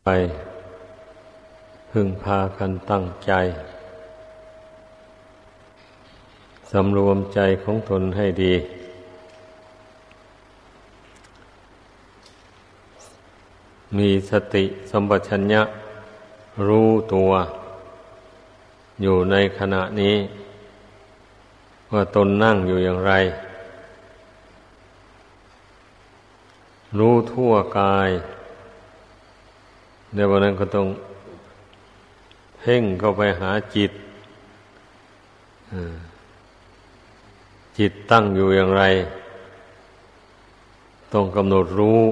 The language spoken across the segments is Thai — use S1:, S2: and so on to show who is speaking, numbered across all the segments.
S1: ไปพึงพากันตั้งใจสำรวมใจของตนให้ดีมีสติสัมปชัญญะรู้ตัวอยู่ในขณะนี้ว่าตนนั่งอยู่อย่างไรรู้ทั่วกายในวันนั้นก็ต้องเพ่งเข้าไปหาจิตจิตตั้งอยู่อย่างไรต้องกำหนดรู้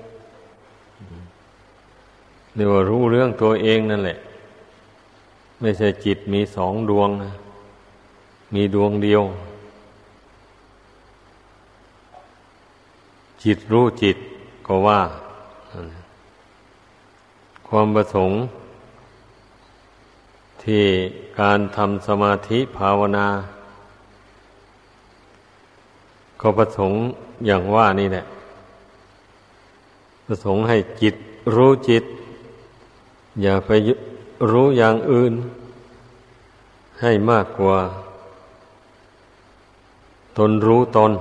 S1: เรียกว่ารู้เรื่องตัวเองนั่นแหละไม่ใช่จิตมีสองดวงนะมีดวงเดียวจิตรู้จิตก็ว่าความประสงค์ที่การทำสมาธิภาวนาก็ประสงค์อย่างว่านี่แหละประสงค์ให้จิตรู้จิตอย่าไปรู้อย่างอื่นให้มากกว่าตนรู้ตน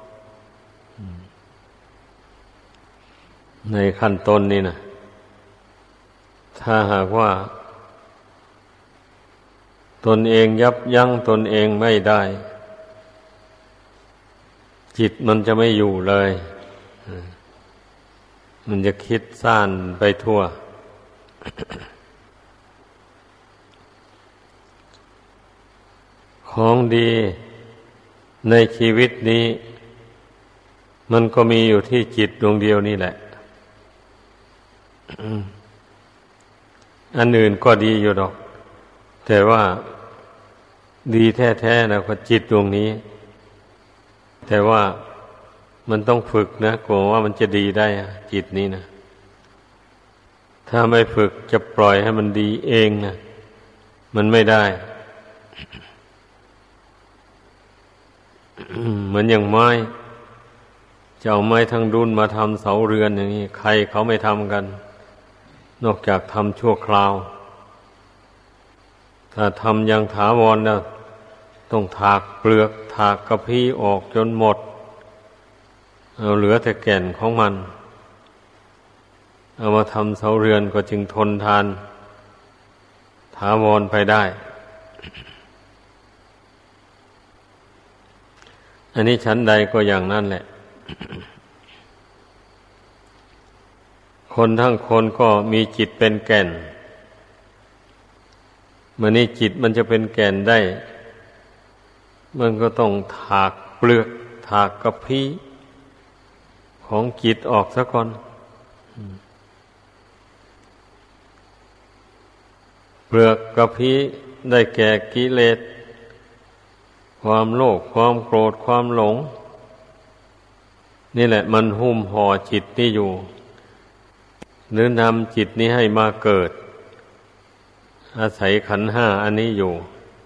S1: ในขั้นต้นนี่นะถ้าหากว่าตนเองยับยั้งตนเองไม่ได้จิตมันจะไม่อยู่เลยมันจะคิดซ่านไปทั่วของดีในชีวิตนี้มันก็มีอยู่ที่จิตดวงเดียวนี่แหละอันอื่นก็ดีอยู่ดอกแต่ว่าดีแท้ๆนะก็จิตดวงนี้แต่ว่ามันต้องฝึกนะกลัวว่ามันจะดีได้จิตนี้นะถ้าไม่ฝึกจะปล่อยให้มันดีเองนะมันไม่ได้ เหมือนอย่างไม้จะเอาไม้ทั้งดุนมาทำเสาเรือนอย่างนี้ใครเขาไม่ทำกันนอกจากทำชั่วคราวถ้าทำอย่างถาวรแล้วต้องถากเปลือกถากกระพี้ออกจนหมดเอาเหลือแต่แก่นของมันเอามาทำเสาเรือนก็จึงทนทานถาวรไปได้อันนี้ชั้นใดก็อย่างนั้นแหละคนทั้งคนก็มีจิตเป็นแก่นเมื่อนี้จิตมันจะเป็นแก่นได้มันก็ต้องถากเปลือกถากกระพี้ของจิตออกซะก่อนเปลือกกระพี้ได้แก่กิเลสความโลภความโกรธความหลงนี่แหละมันหุ้มห่อจิตนี่อยู่หรือนำจิตนี้ให้มาเกิดอาศัยขันธ์ห้าอันนี้อยู่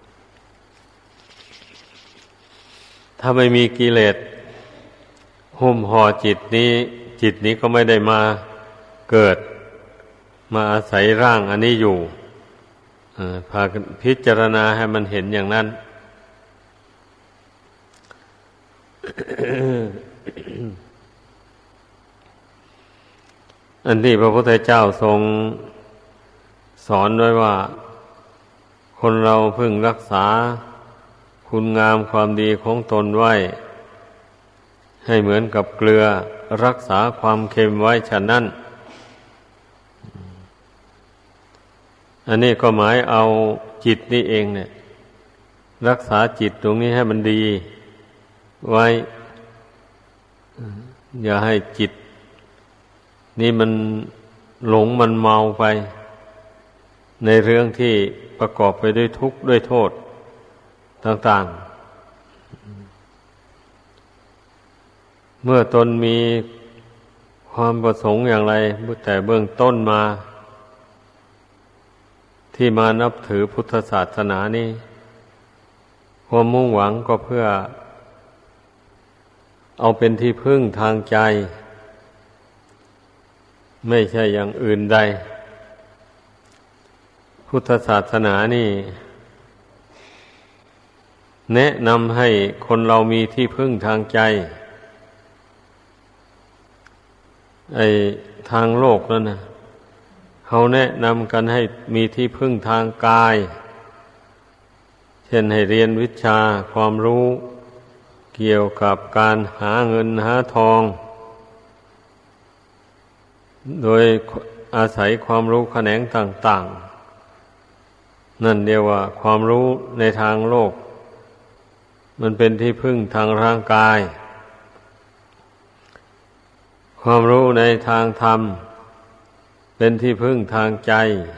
S1: ถ้าไม่มีกิเลสหุ้มห่อจิตนี้ก็ไม่ได้มาเกิดมาอาศัยร่างอันนี้อยู่พากันพิจารณาให้มันเห็นอย่างนั้น อันที่พระพุทธเจ้าทรงสอนไว้ว่าคนเราพึงรักษาคุณงามความดีของตนไว้ให้เหมือนกับเกลือรักษาความเค็มไว้ฉะนั้นอันนี้ก็หมายเอาจิตนี่เองเนี่ยรักษาจิตตรงนี้ให้มันดีไว้อย่าให้จิตนี่มันหลงมันเมาไปในเรื่องที่ประกอบไปด้วยทุกข์ด้วยโทษต่างๆเมื่อตนมีความประสงค์อย่างไรแต่เบื้องต้นมาที่มานับถือพุทธศาสนานี้ความมุ่งหวังก็เพื่อเอาเป็นที่พึ่งทางใจไม่ใช่อย่างอื่นใดพุทธศาสนานี่แนะนำให้คนเรามีที่พึ่งทางใจทางโลกนั่นนะเขาแนะนำกันให้มีที่พึ่งทางกายเช่นให้เรียนวิชาความรู้เกี่ยวกับการหาเงินหาทองโดยอาศัยความรู้แขนงต่างๆนั่นเรียกว่าความรู้ในทางโลกมันเป็นที่พึ่งทางร่างกายความรู้ในทางธรรมเป็นที่พึ่งทางใจ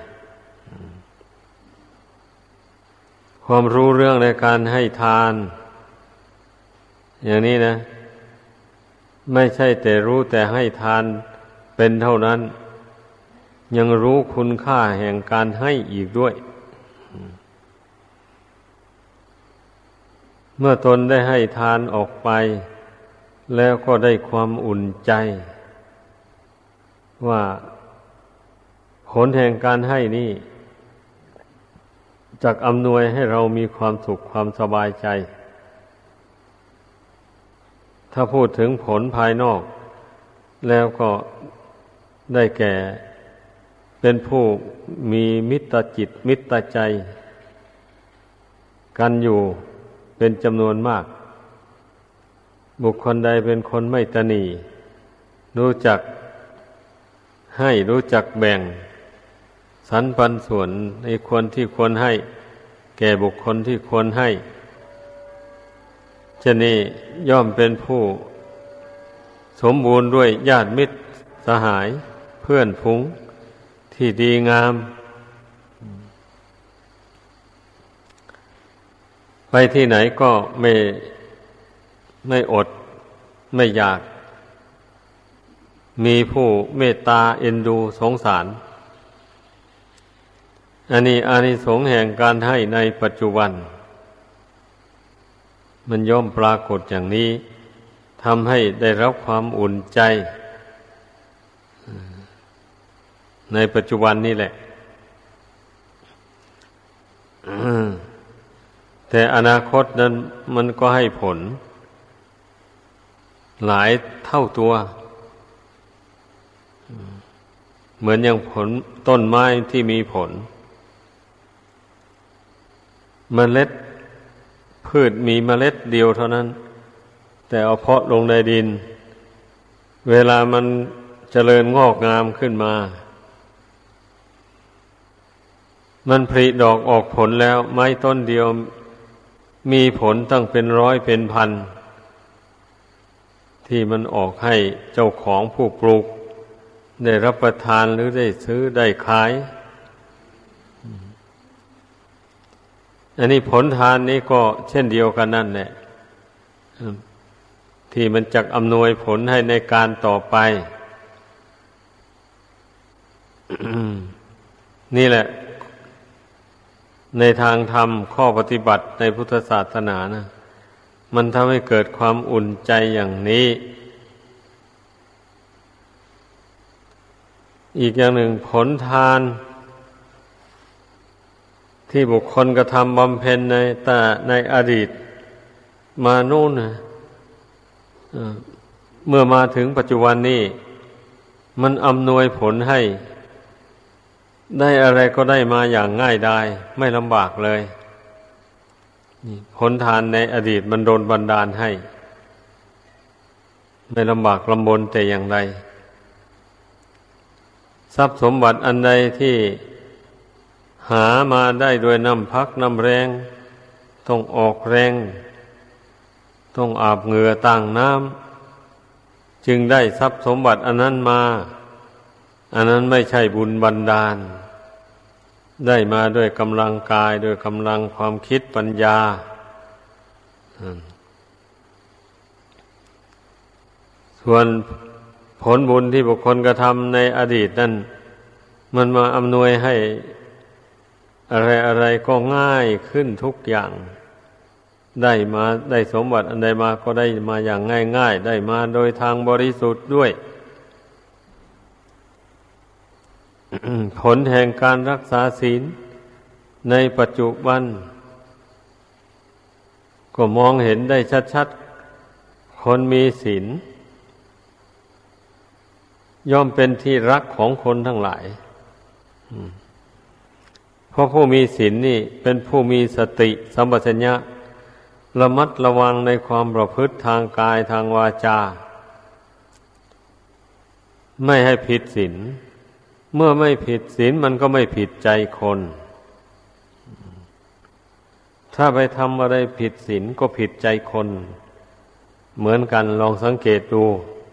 S1: ความรู้เรื่องในการให้ทานอย่างนี้นะไม่ใช่แต่รู้แต่ให้ทานเป็นเท่านั้นยังรู้คุณค่าแห่งการให้อีกด้วยเมื่อตนได้ให้ทานออกไปแล้วก็ได้ความอุ่นใจว่าผลแห่งการให้นี่จักอำนวยให้เรามีความสุขความสบายใจถ้าพูดถึงผลภายนอกแล้วก็ได้แก่เป็นผู้มีมิตรจิตมิตรใจกันอยู่เป็นจำนวนมากบุคคลใดเป็นคนไม่ตนีรู้จักให้รู้จักแบ่งสรรปันส่วนในควรที่ควรให้แก่บุคคลที่ควรให้เช่นนี้ย่อมเป็นผู้สมบูรณ์ด้วยญาติมิตรสหายเพื่อนฝูงที่ดีงามไปที่ไหนก็ไม่อดไม่อยากมีผู้เมตตาเอ็นดูสงสารอันนี้อานิสงส์แห่งการให้ในปัจจุบันมันย่อมปรากฏอย่างนี้ทำให้ได้รับความอุ่นใจในปัจจุบันนี่แหละแต่อนาคตนั้นมันก็ให้ผลหลายเท่าตัวเหมือนอย่างผลต้นไม้ที่มีผลเมล็ดพืชมีเมล็ดเดียวเท่านั้นแต่เอาเพาะลงในดินเวลามันเจริญงอกงามขึ้นมามันผลิดอกออกผลแล้วไม้ต้นเดียวมีผลตั้งเป็นร้อยเป็นพันที่มันออกให้เจ้าของผู้ปลูกได้รับประทานหรือได้ซื้อได้ขายอันนี้ผลทานนี้ก็เช่นเดียวกันนั่นแหละที่มันจักอำนวยผลให้ในการต่อไป นี่แหละในทางธรรมข้อปฏิบัติในพุทธศาสนานะมันทำให้เกิดความอุ่นใจอย่างนี้อีกอย่างหนึ่งผลทานที่บุคคลกระทำบำเพ็ญในอดีตมาโน่นนะเมื่อมาถึงปัจจุบันนี้มันอำนวยผลให้ได้อะไรก็ได้มาอย่างง่ายดายไม่ลำบากเลยผลทานในอดีตมันโดนบันดาลให้ไม่ลำบากลำบนแต่อย่างใดทรัพย์สมบัติอันใดที่หามาได้โดยน้ำพักน้ำแรงต้องออกแรงต้องอาบเหงื่อต่างน้ำจึงได้ทรัพย์สมบัติอันนั้นมาอันนั้นไม่ใช่บุญบันดาลได้มาด้วยกำลังกายด้วยกำลังความคิดปัญญาส่วนผลบุญที่บุคคลกระทำในอดีตนั้นมันมาอำนวยให้อะไรๆก็ง่ายขึ้นทุกอย่างได้สมบัติอันใดมาก็ได้มาอย่างง่ายๆได้มาโดยทางบริสุทธิ์ด้วย ผลแห่งการรักษาศีลในปัจจุบันก็มองเห็นได้ชัดๆคนมีศีลย่อมเป็นที่รักของคนทั้งหลายเพราะผู้มีศีลนี่เป็นผู้มีสติสัมปชัญญะระมัดระวังในความประพฤติทางกายทางวาจาไม่ให้ผิดศีลเมื่อไม่ผิดศีลมันก็ไม่ผิดใจคนถ้าไปทำอะไรผิดศีลก็ผิดใจคนเหมือนกันลองสังเกตดู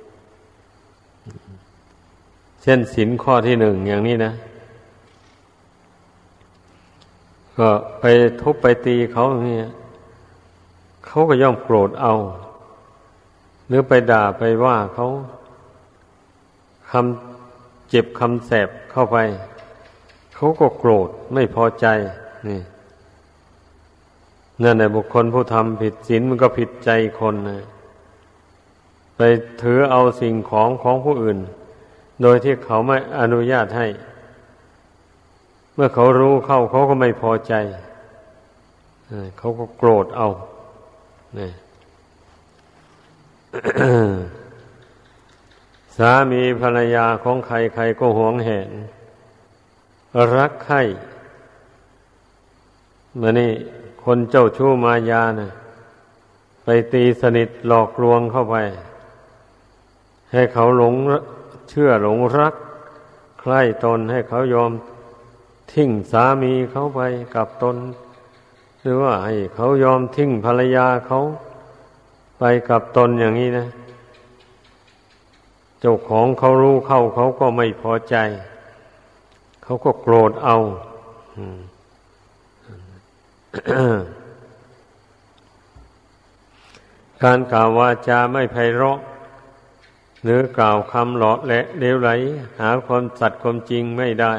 S1: เช่นศีลข้อที่ 1อย่างนี้นะก็ไปทุบไปตีเขาอย่างนี้เขาก็ย่อมโกรธเอาหรือไปด่าไปว่าเขาคำเจ็บคำแสบเข้าไปเขาก็โกรธไม่พอใจนี่นั่นแหละบุคคลผู้ทำผิดศีลมันก็ผิดใจคนนะไปถือเอาสิ่งของผู้อื่นโดยที่เขาไม่อนุญาตให้เมื่อเขารู้เข้าเขาก็ไม่พอใจเขาก็โกรธเอานี่ สามีภรรยาของใครใครก็หวงแหนรักใคร่เมื่อนี่คนเจ้าชู้มายานะไปตีสนิทหลอกลวงเข้าไปให้เขาหลงเชื่อหลงรักใคร่ตนให้เขายอมทิ้งสามีเขาไปกับตนหรือว่าให้เขายอมทิ้งภรรยาเขาไปกับตนอย่างนี้นะเจ้าของเขารู้เข้าเขาก็ไม่พอใจเขาก็โกรธเอา การกล่าววาจาไม่ไพเราะหรือกล่าวคำหลอกและเลวไหลหาความสัตย์ความจริงไม่ได้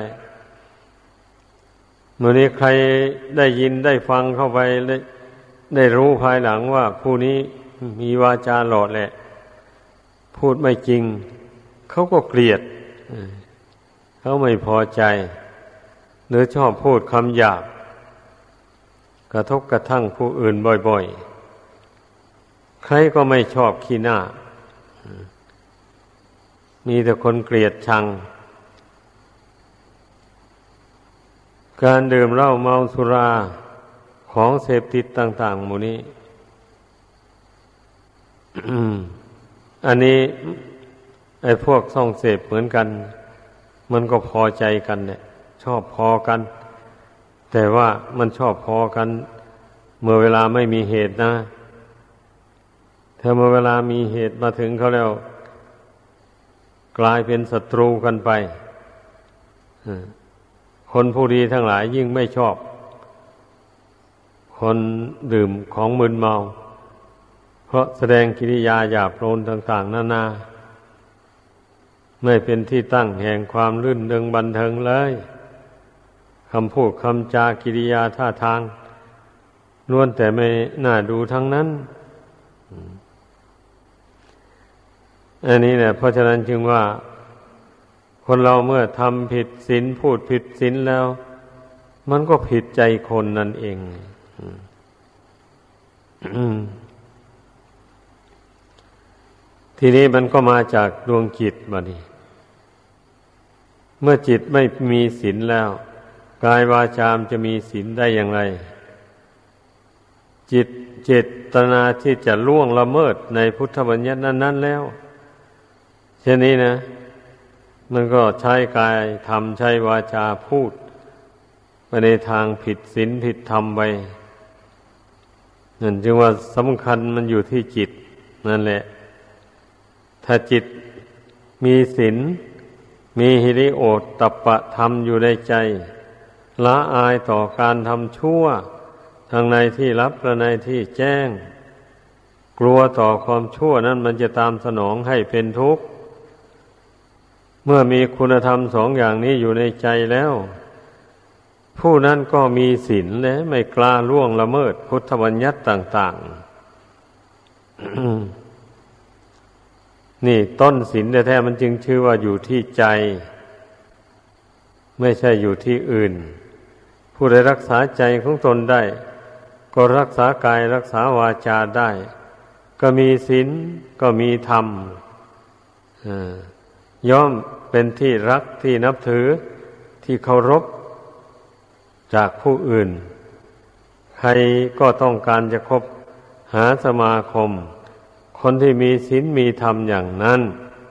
S1: เมื่อนี้ใครได้ยินได้ฟังเข้าไปได้รู้ภายหลังว่าผู้นี้มีวาจาหลอกแหละพูดไม่จริงเขาก็เกลียดเขาไม่พอใจหรือชอบพูดคำหยาบกระทบกระทั่งผู้อื่นบ่อยๆใครก็ไม่ชอบขี้หน้ามีแต่คนเกลียดชังการดื่มเหล้าเมาสุราของเสพติดต่างๆหมู่นี้ อันนี้ไอ้พวกส่องเสพเหมือนกันมันก็พอใจกันเนี่ยชอบพอกันแต่ว่ามันชอบพอกันเมื่อเวลาไม่มีเหตุนะถ้าเมื่อเวลามีเหตุมาถึงเขาแล้วกลายเป็นศัตรูกันไปคนผู้ดีทั้งหลายยิ่งไม่ชอบคนดื่มของมึนเมาเพราะแสดงกิริยาหยาบโลนต่างๆนานาไม่เป็นที่ตั้งแห่งความรื่นเริงบันเทิงเลยคำพูดคำจากิริยาท่าทางล้วนแต่ไม่น่าดูทั้งนั้นอันนี้เนี่ยเพราะฉะนั้นจึงว่าคนเราเมื่อทำผิดศีลพูดผิดศีลแล้วมันก็ผิดใจคนนั่นเองทีนี้มันก็มาจากดวงจิตบัดนี้เมื่อจิตไม่มีศีลแล้วกายวาจามจะมีศีลได้อย่างไรจิตเจตนาที่จะล่วงละเมิดในพุทธบัญญัตินั้นๆแล้วเช่นนี้นะมันก็ใช้กายทำใช้วาจาพูดไปในทางผิดศีลผิดธรรมไปนั่นจึงว่าสำคัญมันอยู่ที่จิตนั่นแหละถ้าจิตมีศีลมีหิริโอตตัปปะธรรมอยู่ในใจละอายต่อการทำชั่วทั้งในที่ลับและในที่แจ้งกลัวต่อความชั่วนั้นมันจะตามสนองให้เป็นทุกข์เมื่อมีคุณธรรมสองอย่างนี้อยู่ในใจแล้วผู้นั้นก็มีศีลและไม่กล้าล่วงละเมิดพุทธบัญญัติต่างๆ นี่ต้นศีลแท้ๆมันจึงชื่อว่าอยู่ที่ใจไม่ใช่อยู่ที่อื่นผผู้ใดรักษาใจของตนได้ก็รักษากายรักษาวาจาได้ก็มีศีลก็มีธรรมย่อมเป็นที่รักที่นับถือที่เคารพจากผู้อื่นใครก็ต้องการจะคบหาสมาคมคนที่มีศีลมีธรรมอย่างนั้น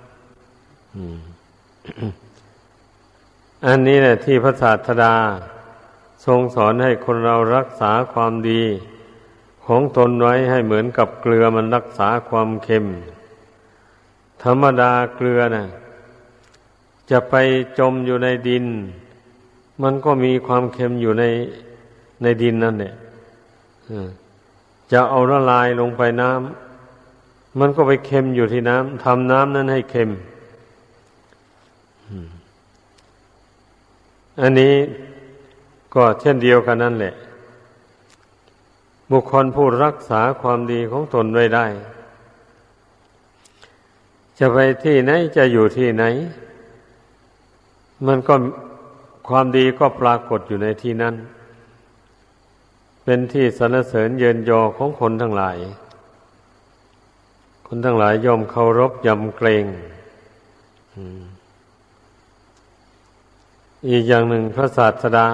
S1: อันนี้แหละที่พระศาสดาทรงสอนให้คนเรารักษาความดีของตนไว้ให้เหมือนกับเกลือมันรักษาความเค็มธรรมดาเกลือน่ะจะไปจมอยู่ในดินมันก็มีความเค็มอยู่ในดินนั่นแหละจะเอาละลายลงไปน้ำมันก็ไปเค็มอยู่ที่น้ำทำน้ำนั้นให้เค็มอันนี้ก็เช่นเดียวกันนั่นแหละบุคคลผู้รักษาความดีของตนไว้ได้จะไปที่ไหนจะอยู่ที่ไหนมันก็ความดีก็ปรากฏอยู่ในที่นั้นเป็นที่สรรเสริญเยินยอของคนทั้งหลายคนทั้งหลายย่อมเคารพยำเกรงอีกอย่างหนึ่งพระศาสดา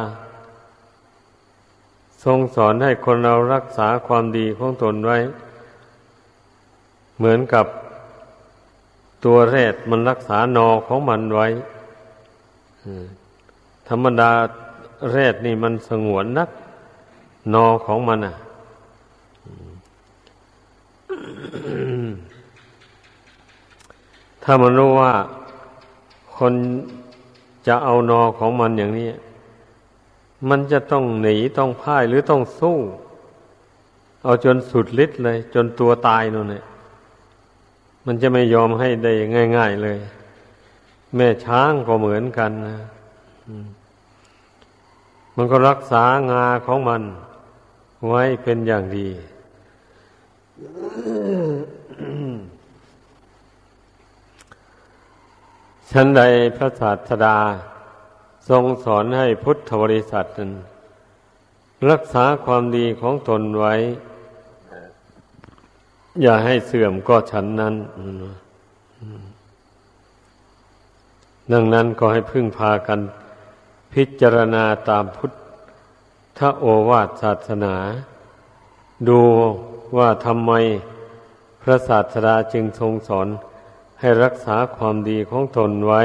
S1: ทรงสอนให้คนเรารักษาความดีของตนไว้เหมือนกับตัวแรดมันรักษาหนอของมันไว้ธรรมดาแรดนี่มันสงวนนักหนอของมันถ้ามันรู้ว่าคนจะเอาหนอของมันอย่างนี้มันจะต้องหนีต้องพ่ายหรือต้องสู้เอาจนสุดฤทธิ์เลยจนตัวตายนั่นแหละมันจะไม่ยอมให้ได้ง่ายๆเลยแม่ช้างก็เหมือนกันนะมันก็รักษางาของมันไว้เป็นอย่างดีฉันใดพระศาสดาทรงสอนให้พุทธบริษัทนั้นรักษาความดีของตนไว้อย่าให้เสื่อมก็ฉันนั้นดังนั้นก็ให้พึ่งพากันพิจารณาตามพุทธโอวาทศาสนาดูว่าทำไมพระศาสดาจึงทรงสอนให้รักษาความดีของตนไว้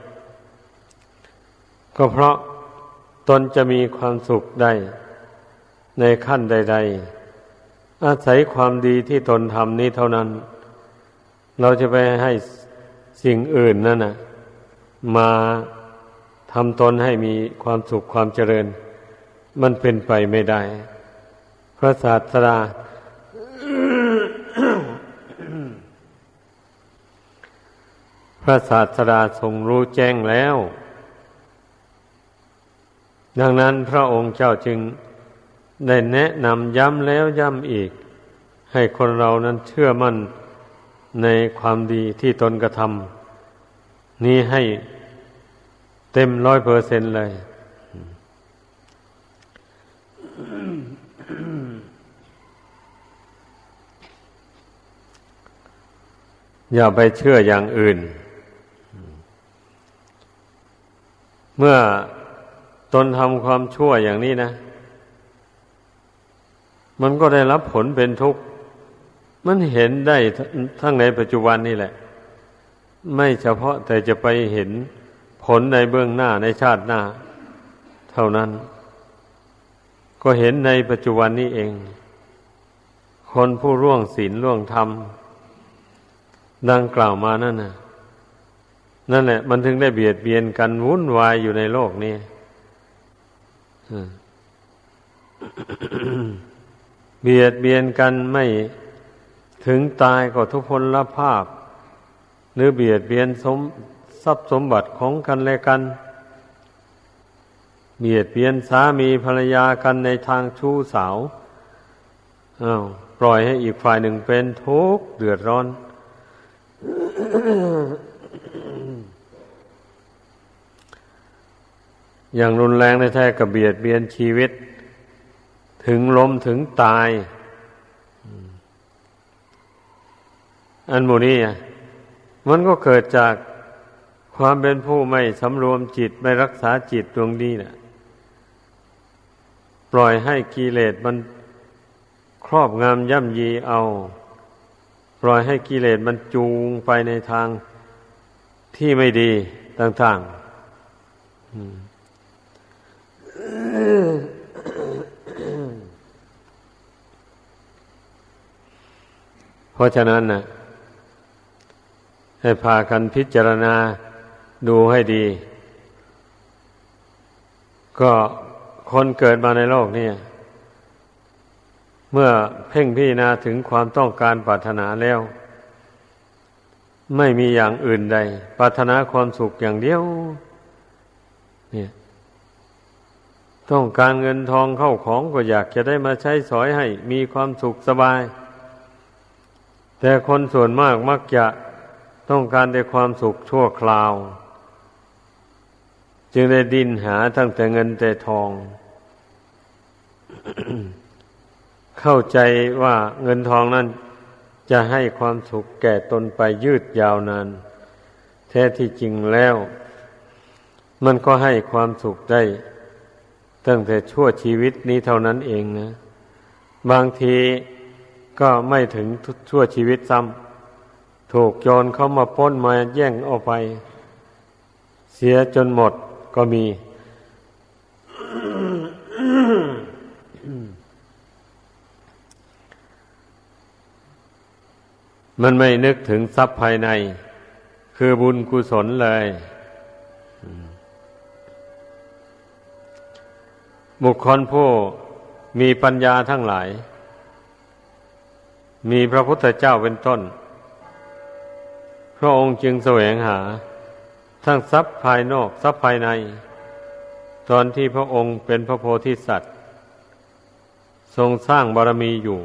S1: ก็เพราะตนจะมีความสุขได้ในขั้นใดๆอาศัยความดีที่ตนทำนี้เท่านั้นเราจะไปให้สิ่งอื่นนั่นน่ะมาทำตนให้มีความสุขความเจริญมันเป็นไปไม่ได้พระศาสดา พระศาสดาทรงรู้แจ้งแล้วดังนั้นพระองค์เจ้าจึงได้แนะนำย้ำแล้วย้ำอีกให้คนเรานั้นเชื่อมั่นในความดีที่ตนกระทำนี้ให้เต็ม 100% เลยอย่าไปเชื่ออย่างอื่นเมื่อตนทำความชั่วอย่างนี้นะมันก็ได้รับผลเป็นทุกข์มันเห็นได้ทั้งในปัจจุบันนี่แหละไม่เฉพาะแต่จะไปเห็นผลในเบื้องหน้าในชาติหน้าเท่านั้นก็เห็นในปัจจุบันนี้เองคนผู้ร่วงศีลร่วงธรรมดังกล่าวมานั่นน่ะนั่นแหละมันถึงได้เบียดเบียนกันวุ่นวายอยู่ในโลกนี้ เบียดเบียนกันไม่ถึงตายก็ทุพพลภาพหรือเบียดเบียนทรัพย์สมบัติของกันและกันเบียดเบียนสามีภรรยากันในทางชู้สาวปล่อยให้อีกฝ่ายหนึ่งเป็นทุกข์เดือดร้อนอย่างรุนแรงแท้ๆก็เบียดเบียนชีวิตถึงล้มถึงตายอันโมนี้มันก็เกิดจากความเป็นผู้ไม่สำรวมจิตไม่รักษาจิตดวงนี้นะปล่อยให้กิเลสมันครอบงำย่ำยีเอาปล่อยให้กิเลสมันจูงไปในทางที่ไม่ดีต่างๆ เพราะฉะนั้นนะให้พากันพิจารณาดูให้ดี ก็คนเกิดมาในโลกนี้เมื่อเพ่งพิจารณาถึงความต้องการปรารถนาแล้วไม่มีอย่างอื่นใดปรารถนาความสุขอย่างเดียวเนี่ยต้องการเงินทองเข้าของก็อยากจะได้มาใช้สอยให้มีความสุขสบายแต่คนส่วนมากมักจะต้องการแต่ความสุขชั่วคราวจึงได้ดิ้นหาตั้งแต่เงินแต่ทอง เข้าใจว่าเงินทองนั้นจะให้ความสุขแก่ตนไปยืดยาวนานแท้ที่จริงแล้วมันก็ให้ความสุขได้ตั้งแต่ชั่วชีวิตนี้เท่านั้นเองนะบางทีก็ไม่ถึงชั่วชีวิตซ้ำถูกโจรเข้ามาปล้นมาแย่งเอาไปเสียจนหมดก็มี มันไม่นึกถึงทรัพย์ภายในคือบุญกุศลเลยบุคคลผู้มีปัญญาทั้งหลายมีพระพุทธเจ้าเป็นต้นพระองค์จึงแสวงหาทั้งทรัพย์ภายนอกทรัพย์ภายในตอนที่พระองค์เป็นพระโพธิสัตว์ทรงสร้างบารมีอยู่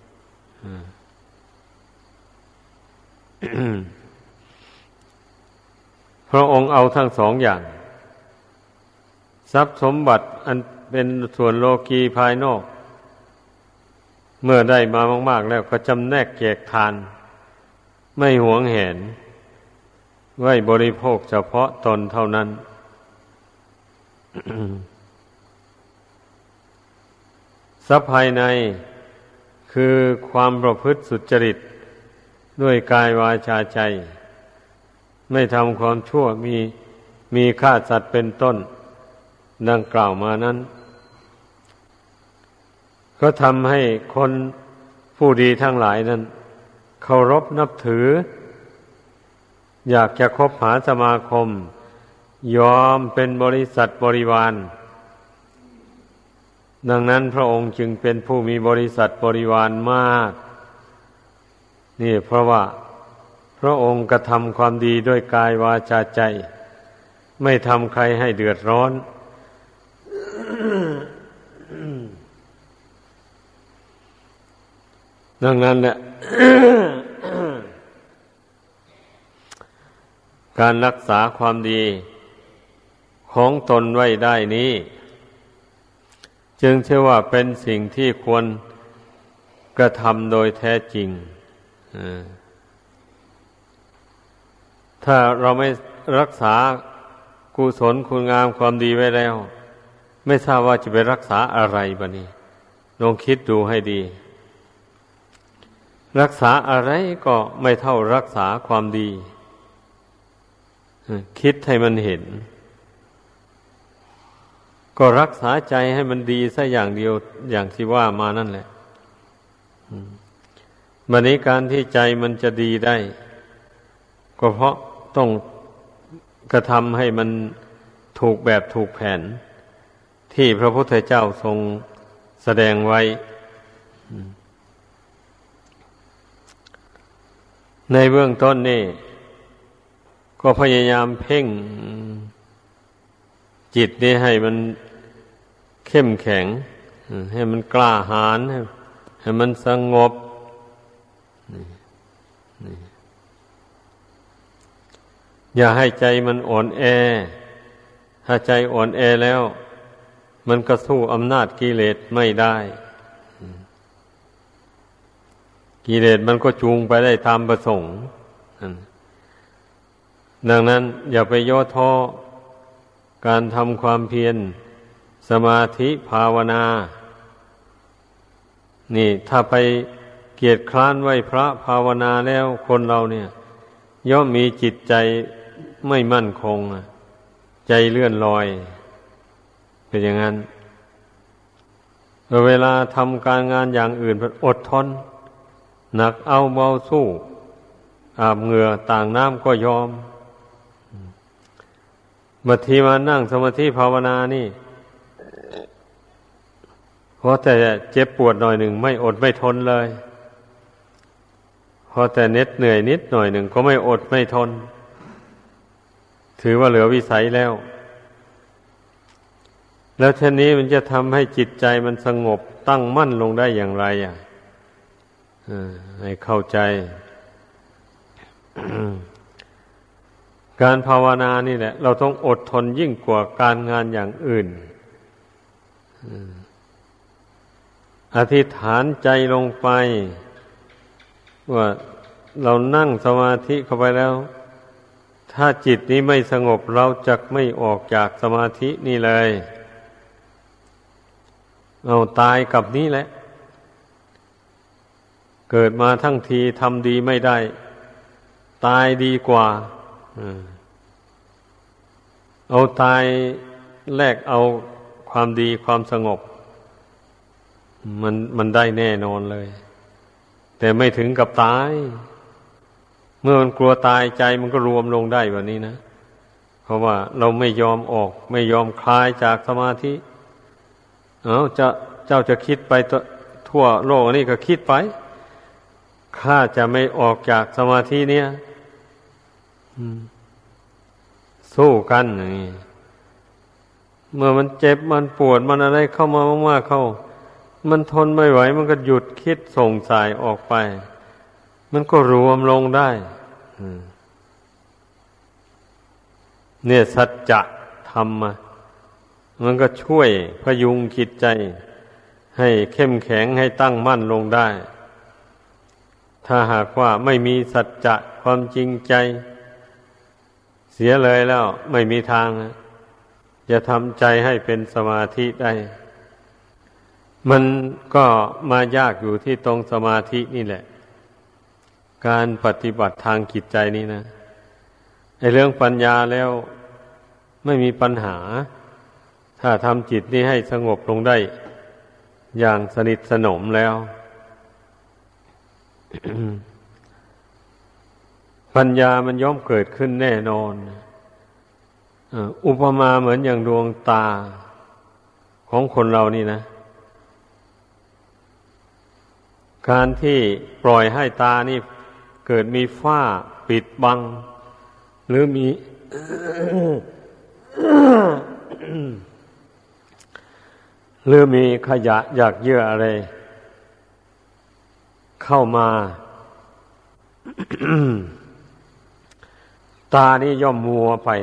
S1: พระองค์เอาทั้งสองอย่างทรัพย์สมบัติอันเป็นส่วนโลกีภายนอกเมื่อได้มามากๆแล้วก็จำแนกแจกทานไม่หวงแหนไว้บริโภคเฉพาะตนเท่านั้น ทรัพย์ภายในคือความประพฤติสุจริตด้วยกายวาจาใจไม่ทำความชั่วมีฆ่าสัตว์เป็นต้นดังกล่าวมานั้นก็ทำให้คนผู้ดีทั้งหลายนั้นเคารพนับถืออยากจะคบหาสมาคมยอมเป็นบริษัทบริวารดังนั้นพระองค์จึงเป็นผู้มีบริษัทบริวารมากนี่เพราะว่าพระองค์กระทำความดีด้วยกายวาจาใจไม่ทำใครให้เดือดร้อน ดังนั้นแหละ การรักษาความดีของตนไว้ได้นี้จึงเชื่อว่าเป็นสิ่งที่ควรกระทำโดยแท้จริงถ้าเราไม่รักษากุศลคุณงามความดีไว้แล้วไม่ทราบว่าจะไปรักษาอะไรบัดนี้ลองคิดดูให้ดีรักษาอะไรก็ไม่เท่ารักษาความดีคิดให้มันเห็นก็รักษาใจให้มันดีซะอย่างเดียวอย่างที่ว่ามานั่นแหละบัดนี้การที่ใจมันจะดีได้ก็เพราะต้องกระทำให้มันถูกแบบถูกแผนที่พระพุทธเจ้าทรงแสดงไว้ในเบื้องต้นนี่ก็พยายามเพ่งจิตนี่ให้มันเข้มแข็งให้มันกล้าหาญให้มันสงบอย่าให้ใจมันอ่อนแอถ้าใจอ่อนแอแล้วมันก็สู้อำนาจกิเลสไม่ได้กิเลสมันก็จูงไปได้ตามประสงค์ดังนั้นอย่าไปย่อท้อการทำความเพียรสมาธิภาวนานี่ถ้าไปเกียจคร้านไหว้พระภาวนาแล้วคนเราเนี่ยย่อมมีจิตใจไม่มั่นคงใจเลื่อนลอยเป็นอย่างนั้นเวลาทำการงานอย่างอื่นอดทนหนักเอาเบาสู้อาบเหงื่อต่างน้ำก็ยอมบางทีมานั่งสมาธิภาวนานี่เพราะแต่เจ็บปวดหน่อยหนึ่งไม่อดไม่ทนเลยพอแต่เหนื่อยนิดหน่อยหนึ่งก็ไม่อดไม่ทนถือว่าเหลือวิสัยแล้วเช่นนี้มันจะทำให้จิตใจมันสงบตั้งมั่นลงได้อย่างไรให้เข้าใจ การภาวนานี่แหละเราต้องอดทนยิ่งกว่าการงานอย่างอื่นอธิษฐานใจลงไปว่าเรานั่งสมาธิเข้าไปแล้วถ้าจิตนี้ไม่สงบเราจะไม่ออกจากสมาธินี่เลยเอาตายกับนี้แหละเกิดมาทั้งทีทำดีไม่ได้ตายดีกว่าเอาตายแลกเอาความดีความสงบมันได้แน่นอนเลยแต่ไม่ถึงกับตายเมื่อมันกลัวตายใจมันก็รวมลงได้แบบนี้นะเพราะว่าเราไม่ยอมออกไม่ยอมคลายจากสมาธิเจ้าจะคิดไปทั่วโลกนี่ก็คิดไปข้าจะไม่ออกจากสมาธิเนี่ยสู้กันอย่างนี้เมื่อมันเจ็บมันปวดมันอะไรเข้ามามากๆเข้ามันทนไม่ไหวมันก็หยุดคิดส่งสายออกไปมันก็รวมลงได้เนี่ยสัจจะธรรมมันก็ช่วยพยุงจิตใจให้เข้มแข็งให้ตั้งมั่นลงได้ถ้าหากว่าไม่มีสัจจะความจริงใจเสียเลยแล้วไม่มีทางจะทำใจให้เป็นสมาธิได้มันก็มายากอยู่ที่ตรงสมาธินี่แหละการปฏิบัติทางจิตใจนี่นะไอ้เรื่องปัญญาแล้วไม่มีปัญหาถ้าทำจิตนี้ให้สงบลงได้อย่างสนิทสนมแล้ว ปัญญามันย่อมเกิดขึ้นแน่นอนอุปมาเหมือนอย่างดวงตาของคนเรานี่นะการที่ปล่อยให้ตานี่เกิดมีฝ้าปิดบังหรือมี หรือมีขยะอยากเยื่ออะไรเข้ามา ตานี่ย่อมมัวไป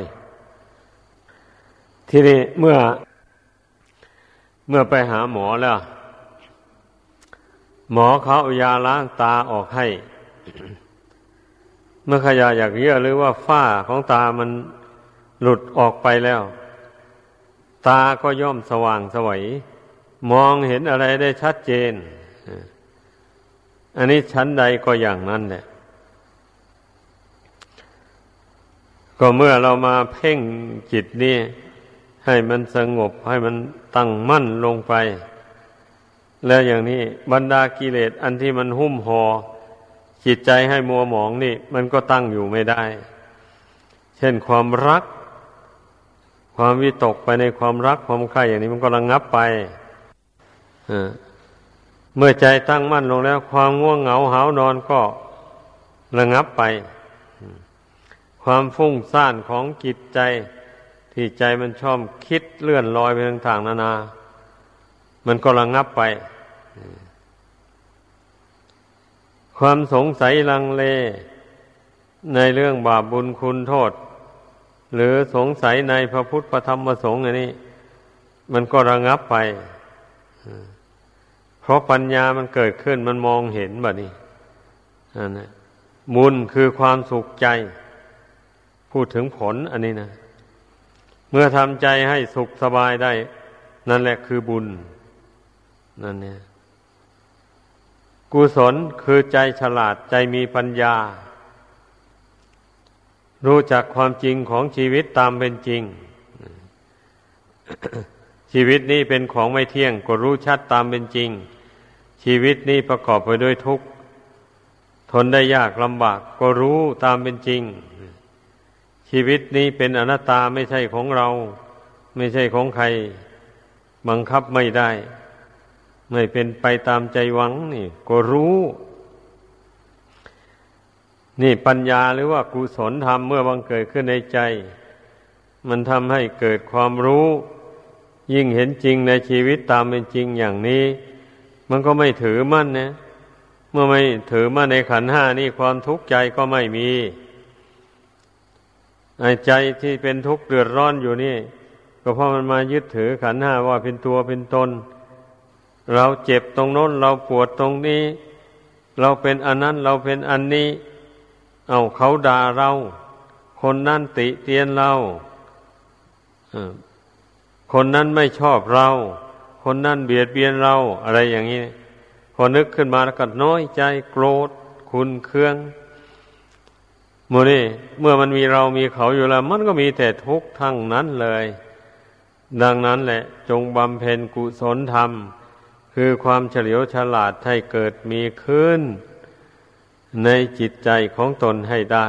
S1: ทีนี้เมื่อไปหาหมอแล้วหมอเขาเอายาล้างตาออกให้ เมื่อขยะอยากเยื่อหรือว่าฝ้าของตามันหลุดออกไปแล้วตาก็ย่อมสว่างไสวมองเห็นอะไรได้ชัดเจนอันนี้ชั้นใดก็อย่างนั้นแหละก็เมื่อเรามาเพ่งจิตนี่ให้มันสงบให้มันตั้งมั่นลงไปแล้วอย่างนี้บรรดากิเลสอันที่มันหุ้มห่อจิตใจให้มัวหมองนี่มันก็ตั้งอยู่ไม่ได้เช่นความรักความวิตกไปในความรักความใคร่อย่างนี้มันก็ระงับไปเมื่อใจตั้งมั่นลงแล้วความง่วงเหงาหาวนอนก็ระงับไปความฟุ้งซ่านของจิตใจที่ใจมันชอบคิดเลื่อนลอยไปต่างๆนานามันก็ระงับไปความสงสัยลังเลในเรื่องบาปบุญคุณโทษหรือสงสัยในพระพุทธพระธรรมพระสงฆ์อันนี้มันก็ระงับไปเพราะปัญญามันเกิดขึ้นมันมองเห็นบัดนี้นั่นแหละบุญคือความสุขใจพูดถึงผลอันนี้นะเมื่อทำใจให้สุขสบายได้นั่นแหละคือบุญนั่นเนี่ยกุศลคือใจฉลาดใจมีปัญญารู้จักความจริงของชีวิตตามเป็นจริง ชีวิตนี้เป็นของไม่เที่ยงก็รู้ชัดตามเป็นจริงชีวิตนี้ประกอบไปด้วยทุกข์ทนได้ยากลำบากก็รู้ตามเป็นจริงชีวิตนี้เป็นอนัตตาไม่ใช่ของเราไม่ใช่ของใครบังคับไม่ได้ไม่เป็นไปตามใจหวังนี่ก็รู้นี่ปัญญาหรือว่ากุศลธรรมเมื่อบังเกิดขึ้นในใจมันทำให้เกิดความรู้ยิ่งเห็นจริงในชีวิตตามเป็นจริงอย่างนี้มันก็ไม่ถือมั่นนะเมื่อไม่ถือมั่นในขันธ์ห้านี่ความทุกข์ใจก็ไม่มีใจที่เป็นทุกข์เดือดร้อนอยู่นี่ก็เพราะมันมายึดถือขันธ์ห้าว่าเป็นตัวเป็นตนเราเจ็บตรงโน้นเราปวดตรงนี้เราเป็นอันนั้นเราเป็นอันนี้เอาเขาด่าเราคนนั้นติเตียนเราคนนั้นไม่ชอบเราคนนั้นเบียดเบียนเราอะไรอย่างนี้พอนึกขึ้นมาแล้วก็น้อยใจโกรธขุ่นเคืองโมนี่เมื่อมันมีเรามีเขาอยู่แล้วมันก็มีแต่ทุกข์ทั้งนั้นเลยดังนั้นแหละจงบำเพ็ญกุศลธรรมคือความเฉลียวฉลาดให้เกิดมีขึ้นในจิตใจของตนให้ได้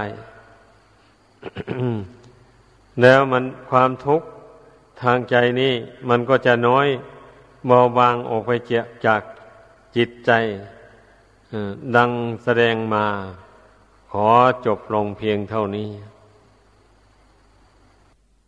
S1: แล้วมันความทุกข์ทางใจนี้มันก็จะน้อยเบาบางออกไปจากจิตใจดังแสดงมาขอจบลงเพียงเท่านี้